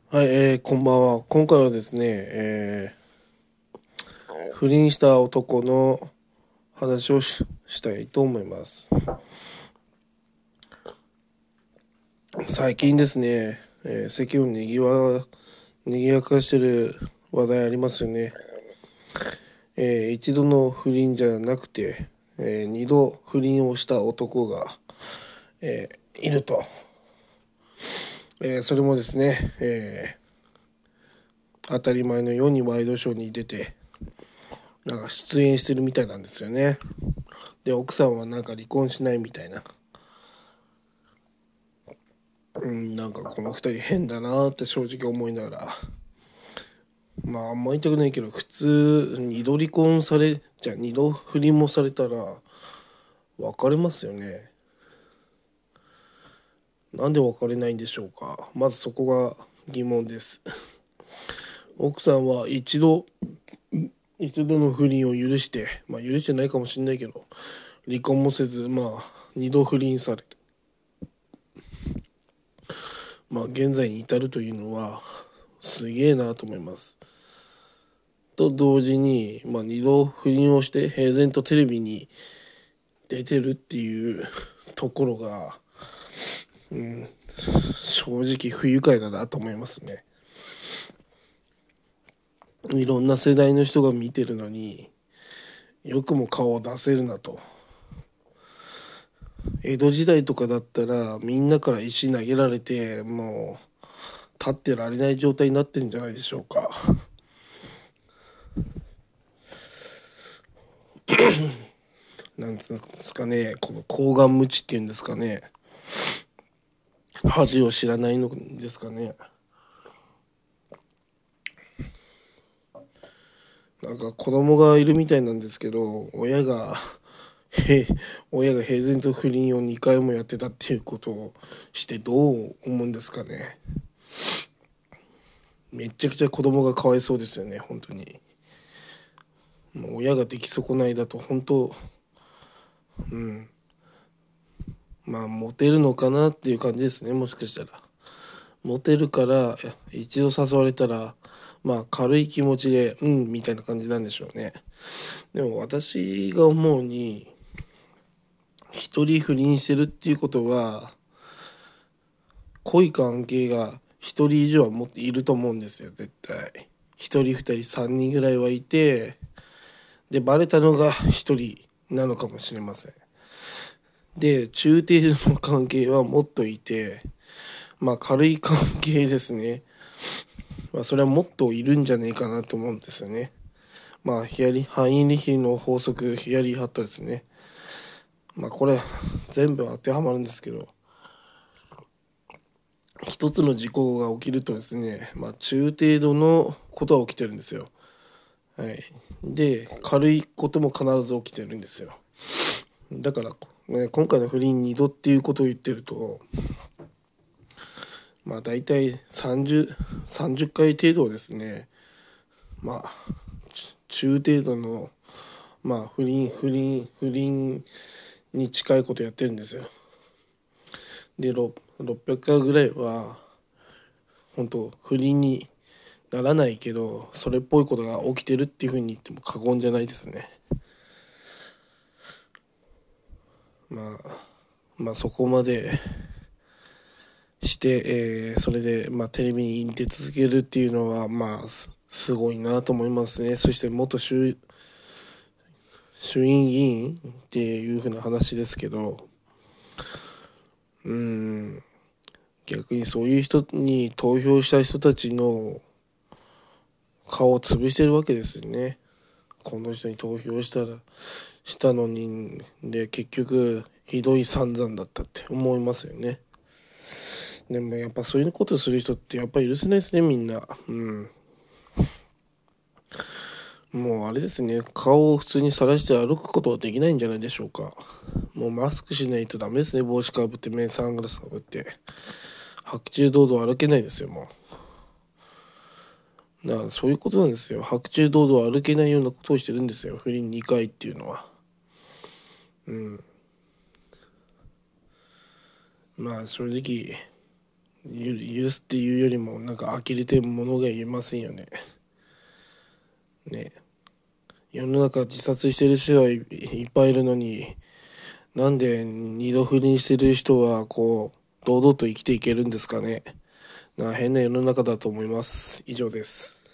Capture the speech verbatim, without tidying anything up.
はい、えー、こんばんは。今回はですね、えー、不倫した男の話をし、したいと思います。最近ですね、えー、世間をにぎわ、にぎやかしてる話題ありますよね。えー、一度の不倫じゃなくて、えー、二度不倫をした男が、えー、いると。えー、それもですね、えー、当たり前のようにワイドショーに出て、なんか出演してるみたいなんですよね。で、奥さんはなんか離婚しないみたいな。うん、なんかこの二人変だなって正直思いながら、まああんま言いたくないけど、普通二度離婚されじゃあ二度不倫もされたら別れますよね。なんで別れないんでしょうか。まずそこが疑問です。奥さんは一度一度の不倫を許して、まあ許してないかもしれないけど、離婚もせず、まあ二度不倫されて、まあ現在に至るというのはすげえなと思います。と同時に、まあ、二度不倫をして平然とテレビに出てるっていうところが、うん、正直不愉快だなと思いますね。いろんな世代の人が見てるのによくも顔を出せるなと。江戸時代とかだったらみんなから石投げられてもう立ってられない状態になってるんじゃないでしょうか。なんですかね、この厚顔無知っていうんですかね、恥を知らないのですかね。なんか子供がいるみたいなんですけど、親がへ親が平然と不倫をにかいもやってたっていうことをしてどう思うんですかね。めっちゃくちゃ子供がかわいそうですよね、本当に。もう親が出来損ないだと本当、うん、まあモテるのかなっていう感じですね、もしかしたら。モテるから一度誘われたら、まあ軽い気持ちでうんみたいな感じなんでしょうね。でも私が思うに、一人不倫してるっていうことは濃い関係が一人以上はもっといると思うんですよ、絶対。一人二人三人ぐらいはいて、でバレたのが一人なのかもしれません。で中程度の関係はもっといて、まあ軽い関係ですね。まあそれはもっといるんじゃねえかなと思うんですよね。まあヒアリ範囲リヒの法則、ヒアリーハットですね。まあこれ全部当てはまるんですけど、一つの事故が起きるとですね、まあ、中程度のことは起きてるんですよ。はい。で、軽いことも必ず起きてるんですよ。だから、ね、今回の不倫にどっていうことを言ってると、まあ大体さんじゅう、さんじゅっかい程度ですね、まあ、中程度の、まあ不倫、不倫、不倫に近いことやってるんですよ。で、ろっぴゃっかいぐらいは、本当不倫にならないけどそれっぽいことが起きてるっていう風に言っても過言じゃないですね。まあまあそこまでして、えーそれで、まあ、テレビに出続けるっていうのはまあすすごいなと思いますね。そして元衆衆院議員っていう風な話ですけど、うーん逆にそういう人に投票した人たちの顔を潰してるわけですよね。この人に投票したらしたのに、で結局ひどい散々だったって思いますよね。でもやっぱそういうことする人ってやっぱ許せないですね、みんな。うん。もうあれですね、顔を普通に晒して歩くことはできないんじゃないでしょうか。もうマスクしないとダメですね。帽子かぶって目サングラスかぶって白昼堂々歩けないですよ。もうだからそういうことなんですよ。白昼堂々歩けないようなことをしてるんですよ、不倫にかいっていうのは。うん。まあ正直ゆ許すっていうよりもなんか呆れてるものが言えませんよね。ね、世の中自殺してる人はい、いっぱいいるのに、なんで二度不倫してる人はこう堂々と生きていけるんですかね。な変な世の中だと思います。以上です。